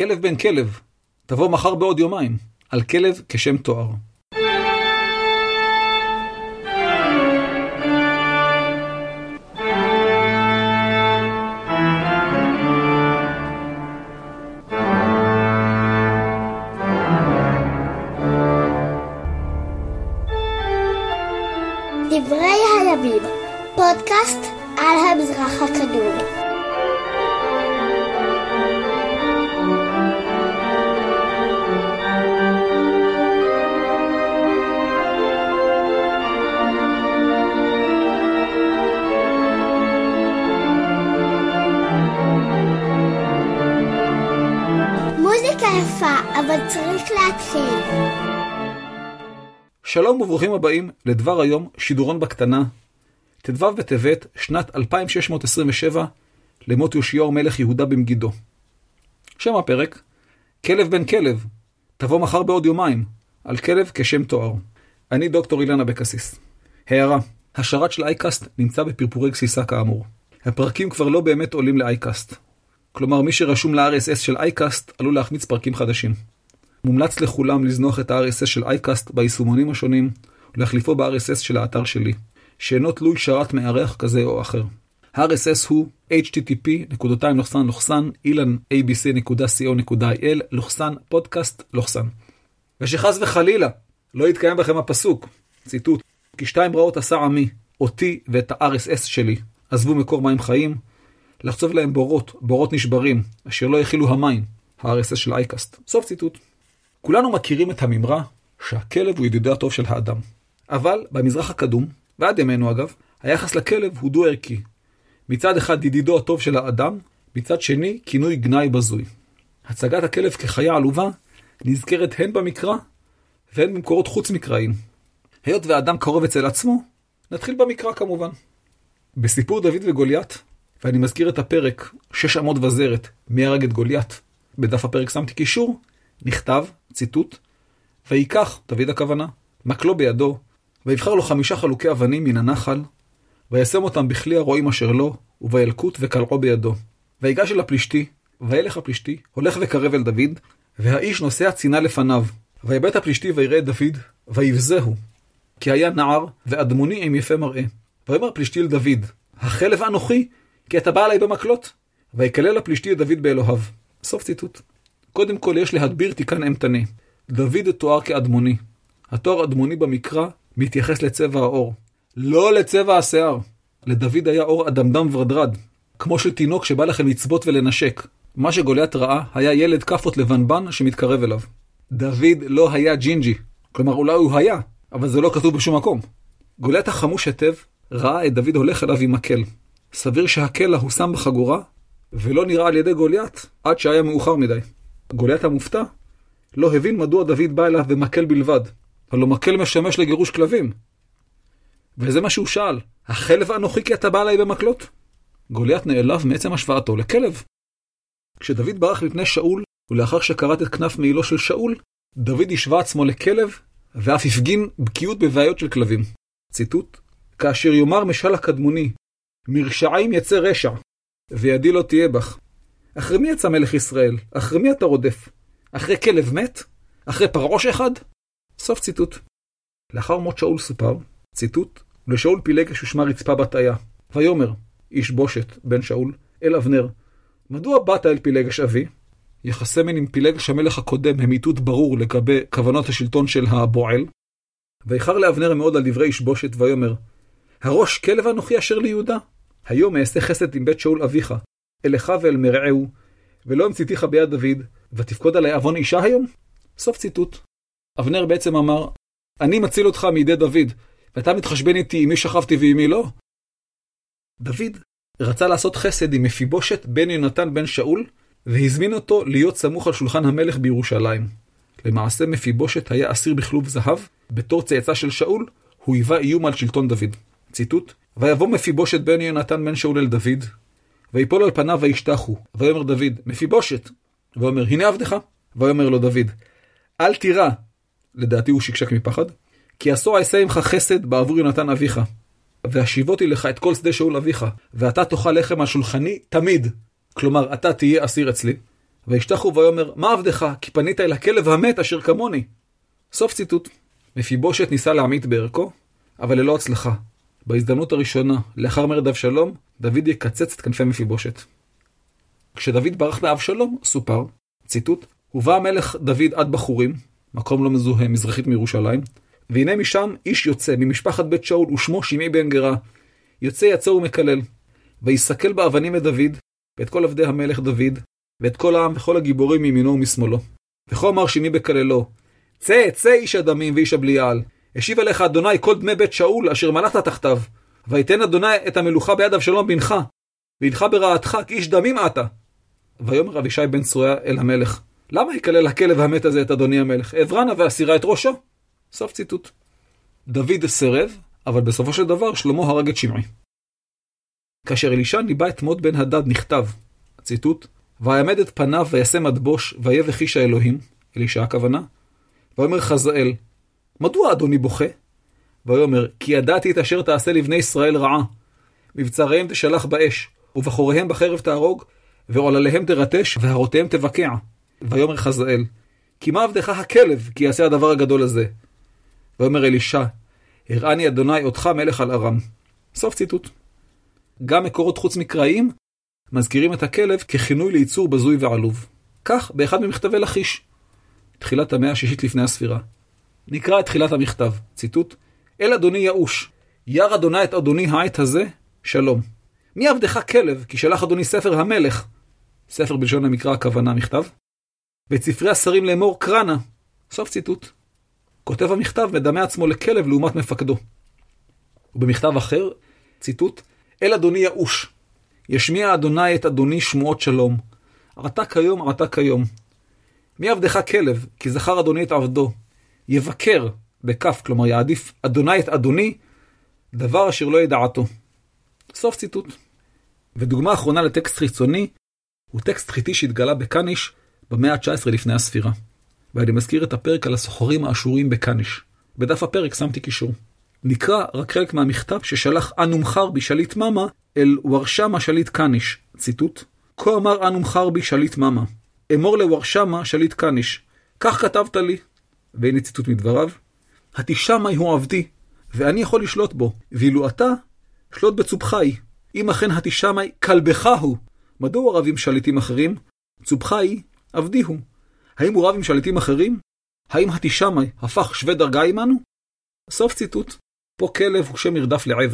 כלב בן כלב, תבוא מחר בעוד יומיים, על כלב כשם תואר. דברי הימים, פודקאסט על המזרח הקדום. מוזיקה יפה, אבל צריך להתחיל. שלום וברוכים הבאים לדבר היום, שידורון בקטנה, תדבב בטבת, שנת 2627, למות יאשיהו מלך יהודה במגידו. שם הפרק, כלב בן כלב, תבוא מחר בעוד יומיים, על כלב כשם תואר. אני דוקטור אילן אבקסיס. הערה, השרת של אייקאסט נמצא בפרפורי גסיסה כאמור. הפרקים כבר לא באמת עולים לאייקאסט. כלומר, מי שרשום ל-RSS של אייקאסט עלול להחמיץ פרקים חדשים. מומלץ לכולם לזנוח את ה-RSS של אייקאסט ביישומונים השונים, ולהחליפו ב-RSS של האתר שלי, שאינו תלוי שרת מארח כזה או אחר. ה-RSS הוא http://ilanabc.co.il/podcast/. ושחס וחלילה לא יתקיים בכם הפסוק, ציטוט, כי 2 רעות עשה עמי, אותי ואת ה-RSS שלי, עזבו מקור מים חיים, לחצוב להם בורות נשברים, אשר לא יכילו המים, ה-RSS של אייקאסט. סוף ציטוט. כולנו מכירים את הממרה שהכלב הוא ידידו הטוב של האדם. אבל במזרח הקדום, ועד ימינו אגב, היחס לכלב הוא דו ערכי. מצד אחד ידידו הטוב של האדם, מצד שני כינוי גנאי בזוי. הצגת הכלב כחיה עלובה נזכרת הן במקרא והן במקורות חוץ מקראיים. היות והאדם קרוב אצל עצמו, נתחיל במקרא כמובן. בסיפור דוד וגוליית, ואני מזכיר את הפרק 6 אמות וזרת, מי הרג את גוליית, בדף הפרק שמתי קישור, נכתב, ציטוט, ויקח, דוד הכוונה, מקלו בידו, ויבחר לו 5 חלוקי אבנים מן הנחל, וישם אותם בכלי הרועים אשר לו, ובילקוט וקלעו בידו. ויגש אל הפלישתי, וילך הפלישתי, הולך וקרב אל דוד, והאיש נוסע צינה לפניו. ויבט הפלישתי ויראה את דוד, ויבזהו, כי היה נער, ואדמוני עם יפה מראה. ויאמר הפלישתי לדוד, החלב אנוכי, כי אתה בא עליי במקלות. ויקלל הפלישתי את דוד באלוהיו. סוף ציטוט. קודם כל יש להדביר תיקן אמתני. דוד תואר כאדמוני. התואר אדמוני במקרא מתייחס לצבע האור. לא לצבע השיער. לדוד היה אור אדמדם ורדרד. כמו של תינוק שבא לכם לצבות ולנשק. מה שגוליית ראה היה ילד כפות לבנבן שמתקרב אליו. דוד לא היה ג'ינג'י. כלומר אולי הוא היה, אבל זה לא כתוב בשום מקום. גוליית החמוש היטב ראה את דוד הולך אליו עם מקל. סביר שהקל הוא שם בחגורה, ולא נראה על ידי גוליית עד שהיה מאוחר מדי. גוליית המופתע לא הבין מדוע דוד בא אליו במקל בלבד. הלא מקל משמש לגירוש כלבים. וזה מה שהוא שאל, החלב אנוכי כי אתה בא אליי במקלות? גוליית נעלב מעצם השוואתו לכלב. כשדוד ברח מפני שאול, ולאחר שקראת את כנף מעילו של שאול, דוד השווה עצמו לכלב, ואף הפגין בקיאות בבעיות של כלבים. ציטוט, כאשר יאמר משל הקדמוני, מרשעים יצא רשע, וידי לא תהיה בך. אחרי מי יצא מלך ישראל? אחרי מי אתה רודף? אחרי כלב מת? אחרי פרעוש אחד? סוף ציטוט. לאחר מות שאול סופר, ציטוט, לשאול פילגש ושמה רצפה בתאיה. ויאמר, איש בושת, בן שאול, אל אבנר, מדוע באת אל פילגש אבי? יחסי מין עם פילגש המלך הקודם הם איתות ברור לגבי כוונות השלטון של הבועל. ויחר לאבנר מאוד על דברי איש בושת ויאמר, הראש כלב אנוכי אשר ליהודה? היום אעשה חסד עם בית שאול אביך, אליך ואל מרעהו, ולא המציתיך ביד דוד, ותפקוד עלי אבון אישה היום? סוף ציטוט. אבנר בעצם אמר, אני מציל אותך מידי דוד, ואתה מתחשבן איתי עם מי שכבתי ועם מי לא? דוד רצה לעשות חסד עם מפיבושת בן יונתן בן שאול, והזמין אותו להיות סמוך על שולחן המלך בירושלים. למעשה מפיבושת היה אסיר בכלוב זהב, בתור צאצא של שאול, הוא היווה איום על שלטון דוד. ציטוט, ויבוא מפיבושת בן יונתן בן שאול אל דוד, ויפול על פניו וישתחו, ויאמר דוד, מפיבושת, ואומר, הנה עבדך, ויאמר לו דוד, אל תירא, לדעתי הוא שקשק מפחד, כי עשו אעשה עמך חסד בעבור יונתן אביך, והשיבותי לך את כל שדה שאול אביך, ואתה תאכל לחם על שולחני תמיד, כלומר אתה תהיה אסיר אצלי, וישתחו ויאמר, מה עבדך? כי פנית אל הכלב המת אשר כמוני. סוף ציטוט. מפיבושת ניסה להמית בערכו, אבל ללא הצלחה. בהזדמנות הראשונה, לאחר מרד אבשלום, דוד יקצץ את כנפי מפיבושת. כשדוד ברח מאבשלום, סופר, ציטוט, ובא המלך דוד עד בחורים, מקום לא מזוהה מזרחית מירושלים, והנה משם איש יוצא ממשפחת בית שאול ושמו שמעי בן גרה, יוצא יצא ומקלל, ויסקל באבנים את דוד, ואת כל עבדי המלך דוד, ואת כל העם וכל הגיבורים מימינו ומשמאלו. וכה אמר שמעי בקללו, צא, צא איש הדמים ואיש הבליעל, השיב אליך אדוני כל דמי בית שאול אשר מלכת תחתיו, ויתן אדוני את המלוכה ביד אבשלום בנך, וינך ברעתך כי איש דמים אתה. ויאמר אבישי בן צרויה אל המלך, למה יקלל הכלב המת הזה את אדוני המלך? אברנה ואסירה את ראשו. סוף ציטוט. דוד סרב, אבל בסופו של דבר שלמה הרג את שמעי. כאשר אלישע ניבא את מות בן הדד נכתב, ציטוט, ויעמד את פניו ויעשה מדבוש ויבך איש האלוהים, אלישע הכוונה, ויאמר חזאל, מדוע אדוני בוכה? ויאמר, כי ידעתי את אשר תעשה לבני ישראל רעה, מבצריהם תשלח באש, ובחוריהם בחרב תהרוג, ועולליהם תרטש, והרותיהם תבקע. ויאמר חזאל, כי מה עבדך הכלב, כי יעשה הדבר הגדול הזה? ויאמר אלישע, הראני אדוני אותך מלך על ארם. סוף ציטוט. גם מקורות חוץ מקראיים מזכירים את הכלב ככינוי ליצור בזוי ועלוב. כך באחד ממכתבי לכיש, תחילת המאה השישית לפני הספירה. נקרא את תחילת המכתב, ציטוט, אל אדוני יאוש, יר אדוני את אדוני העת הזה, שלום. מי עבדך כלב, כי שלח אדוני ספר המלך, ספר בלשון המקרא הכוונה מכתב, ואת ספרי השרים לאמור קרנה, סוף ציטוט. כותב המכתב מדמה עצמו לכלב לעומת מפקדו. ובמכתב אחר, ציטוט, אל אדוני יאוש, ישמיע אדוני את אדוני שמועות שלום, עתה כיום, עתה כיום. מי עבדך כלב, כי זכר אדוני את עבדו, יבקר בכף, כלומר יעדיף אדוני את אדוני, דבר אשר לא ידעתו. סוף ציטוט. ודוגמה אחרונה לטקסט חיצוני, הוא טקסט חיתי שהתגלה בקניש במאה ה-19 לפני הספירה. ואני מזכיר את הפרק על הסוחרים האשורים בקניש. בדף הפרק שמתי קישור. נקרא רק חלק מהמכתב ששלח אנום חרבי שליט ממה אל ורשמה שליט קניש. ציטוט, כה אמר אנום חרבי שליט ממה, אמור לוורשמה שליט קניש, כך כתבת לי. והנה ציטוט מדבריו, התשמי הוא עבדי, ואני יכול לשלוט בו, ואילו אתה שלוט בצובחי. אם אכן התשמי כלבך הוא, מדוע רב עם שליטים אחרים? צובחי עבדי הוא. האם הוא רב עם שליטים אחרים? האם התשמי הפך שווה דרגה עמנו? סוף ציטוט. פה כלב הוא שם מרדף לעבד.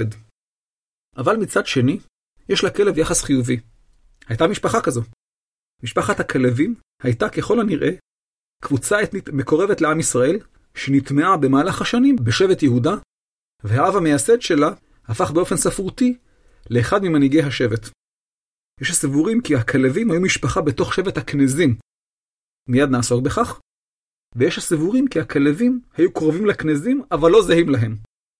אבל מצד שני, יש לכלב יחס חיובי. הייתה משפחה כזו. משפחת הכלבים הייתה ככל הנראה קבוצה אתנית מקורבת לעם ישראל, שנטמעה במהלך השנים בשבט יהודה, והאב המייסד שלה הפך באופן ספרותי לאחד ממנהיגי השבט. יש הסבורים כי הכלבים היו משפחה בתוך שבט הכנזים. מיד נעסוק בכך. ויש הסבורים כי הכלבים היו קרובים לכנזים, אבל לא זהים להם.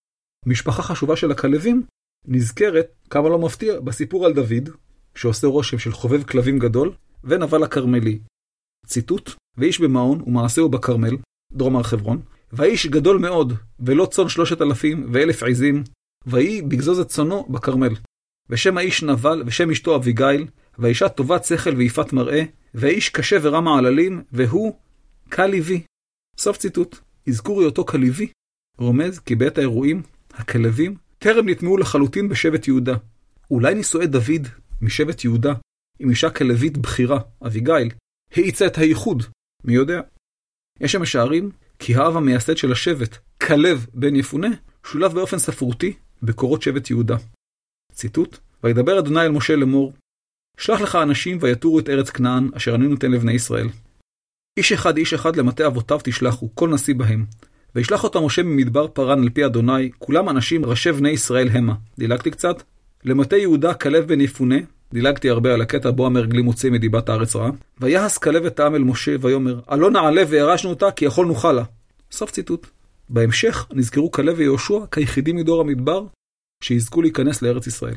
משפחה חשובה של הכלבים נזכרת, כמה לא מפתיע, בסיפור על דוד, שעושה רושם של חובב כלבים גדול, ונבל הכרמלי. ציטוט, ואיש במעון ומעשהו בכרמל, דרום הר חברון, והאיש גדול מאוד, ולא צאן 3,000 ו1,000 עזים, והיא בגזוז את צאנו בכרמל. ושם האיש נבל, ושם אשתו אביגיל, והאישה טובת שכל ויפת מראה, והאיש קשה ורם מעללים, והוא כלבי. סוף ציטוט. אזכור היותו כלבי רומז כי בעת האירועים, הכלבים טרם נטמעו לחלוטין בשבט יהודה. אולי נישואי דוד משבט יהודה עם אישה כלבית בחירה, אביגיל, העיצה את הייחוד, מי יודע. יש המשערים כי האב המייסד של השבט, כלב בן יפונה, שולב באופן ספרותי בקורות שבט יהודה. ציטוט, וידבר אדוני אל משה לאמור, שלח לך אנשים ויתורו את ארץ כנען אשר אני נותן לבני ישראל. איש אחד למטה אבותיו תשלחו, כל נשיא בהם. וישלח אותם משה ממדבר פרן על פי אדוני, כולם אנשים ראשי בני ישראל המה. דילגתי קצת. למטה יהודה כלב בן יפונה, דילגתי הרבה על הקטע בו המרגלים מוצאים מדיבת הארץ רעה. ויחס כלב את העם אל משה ויאמר, עלו נעלה וירשנו אותה כי יכולנו חלה. סוף ציטוט. בהמשך נזכרו כלב ויהושע כיחידים מדור המדבר שיזכו להיכנס לארץ ישראל.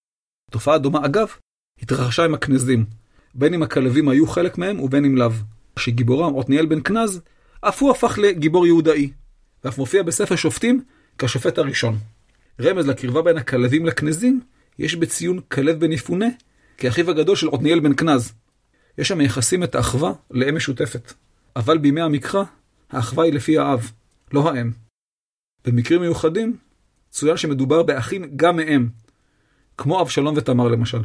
תופעה דומה אגב התרחשה עם הכנזים, בין אם הכלבים היו חלק מהם ובין אם לאו. שגיבורם עתניאל בן כנז אף הוא הפך לגיבור יהודאי, ואף מופיע בספר שופטים כשופט הראשון. רמז לקרבה בין הכלבים לכנזים יש בציון כלב בן יפונה כאחיו הגדול של עתניאל בן כנז. יש המייחסים את האחווה לאם משותפת. אבל בימי המקרא, האחווה היא לפי האב, לא האם. במקרים מיוחדים, צוין שמדובר באחים גם מאם, כמו אבשלום ותמר למשל.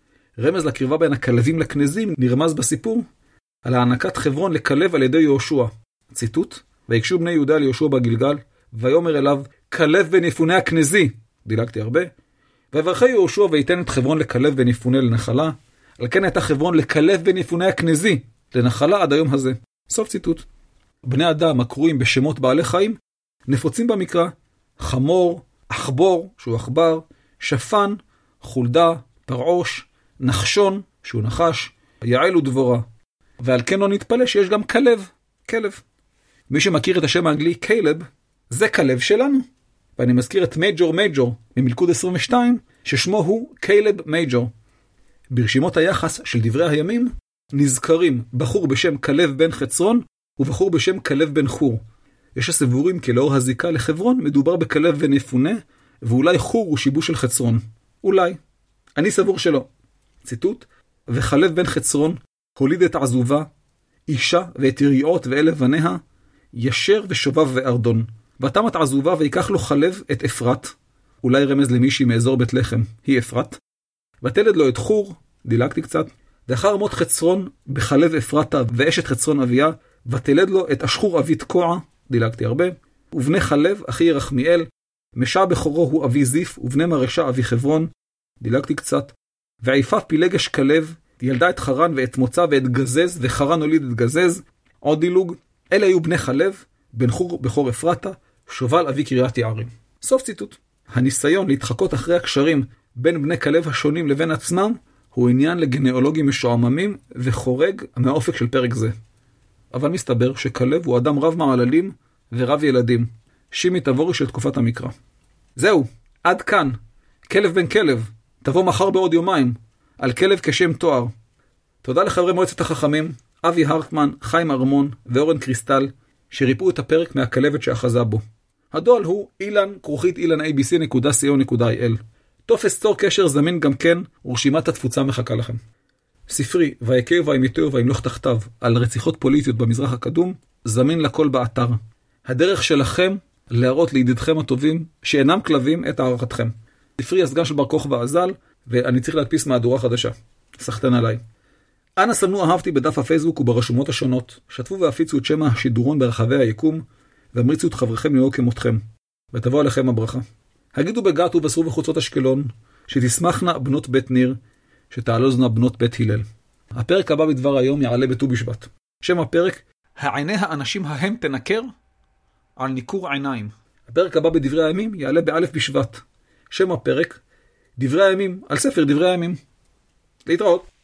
רמז לקרבה בין הכלבים לכנזים נרמז בסיפור על הענקת חברון לכלב על ידי יהושע. ציטוט, ויקשו בני יהודה ליהושע בגלגל, ויאמר אליו, כלב בן יפונה הכנזי, דילגתי הרבה, ויברכי יהושע ויתן את חברון לכלב בן יפונה לנחלה, על כן הייתה חברון לכלב בן יפונה הכנזי, לנחלה עד היום הזה. סוף ציטוט. בני אדם הקרואים בשמות בעלי חיים, נפוצים במקרא, חמור, עכבור, שהוא עכבר, שפן, חולדה, פרעוש, נחשון, שהוא נחש, יעל ודבורה. ועל כן לא נתפלא שיש גם כלב, כלב. מי שמכיר את השם האנגלי כלב, זה כלב שלנו. ואני מזכיר את מייג'ור ממלכוד 22, ששמו הוא כלב מייג'ור. ברשימות היחס של דברי הימים, נזכרים בחור בשם כלב בן חצרון, ובחור בשם כלב בן חור. יש הסבורים כי לאור הזיקה לחברון, מדובר בכלב בן יפונה, ואולי חור הוא שיבוש של חצרון. אולי. אני סבור שלא. ציטוט, וכלב בן חצרון הוליד את עזובה, אישה ואת יריעות ואלה בניה, ישר ושובב וארדון. ותמת עזובה ויקח לו חלב את אפרת, אולי רמז למישהי מאזור בית לחם, היא אפרת. ותלד לו את חור, דילגתי קצת, ואחר מות חצרון בחלב אפרתה ואשת חצרון אביה, ותלד לו את אשחור אבי תקוע, דילגתי הרבה, ובני חלב אחי ירחמיאל, משע בכורו הוא אבי זיף, ובני מרשע אבי חברון, דילגתי קצת, ועיפה פילגש כלב, ילדה את חרן ואת מוצא ואת גזז, וחרן הוליד את גזז, עוד דילוג, אלה היו בני חלב, בן חור בכור אפרתה, שובל אבי קריית יערים. סוף ציטוט. הניסיון להתחקות אחרי הקשרים בין בני כלב השונים לבין עצמם, הוא עניין לגנאולוגים משועממים וחורג מהאופק של פרק זה. אבל מסתבר שכלב הוא אדם רב מעללים ורב ילדים. שימי תבורי של תקופת המקרא. זהו, עד כאן. כלב בן כלב, תבוא מחר בעוד יומיים, על כלב כשם תואר. תודה לחברי מועצת החכמים, אבי הרטמן, חיים ארמון ואורן קריסטל, שריפאו את הפרק מהכלבת שאחזה בו. הדואל הוא ilan@abc.co.il. טופס צור קשר זמין גם כן, ורשימת התפוצה מחכה לכם. ספרי, ויקהו וימיתהו וימלוך תחתיו, על רציחות פוליטיות במזרח הקדום, זמין לכל באתר. הדרך שלכם להראות לידידכם הטובים, שאינם כלבים, את הערכתכם. ספרי הסגן של בר כוכבא אזל, ואני צריך להדפיס מהדורה חדשה. סחתן עליי. אנא סמנו אהבתי בדף הפייסבוק וברשומות השונות. שתפו והפיצו את שם השידורון ברחבי היקום, והמריצו את חבריכם לנהוג כמותכם. ותבוא עליכם הברכה. הגידו בגת ובשרו בחוצות אשקלון, שתשמחנה בנות בית ניר, שתעלוזנה בנות בית הלל. הפרק הבא בדבר היום יעלה בט"ו בשבט. שם הפרק, העיני האנשים ההם תנקר על ניקור עיניים. הפרק הבא בדברי הימים יעלה באלף בשבט. שם הפרק, דברי הימים, על ספר דברי הימים. להתראות.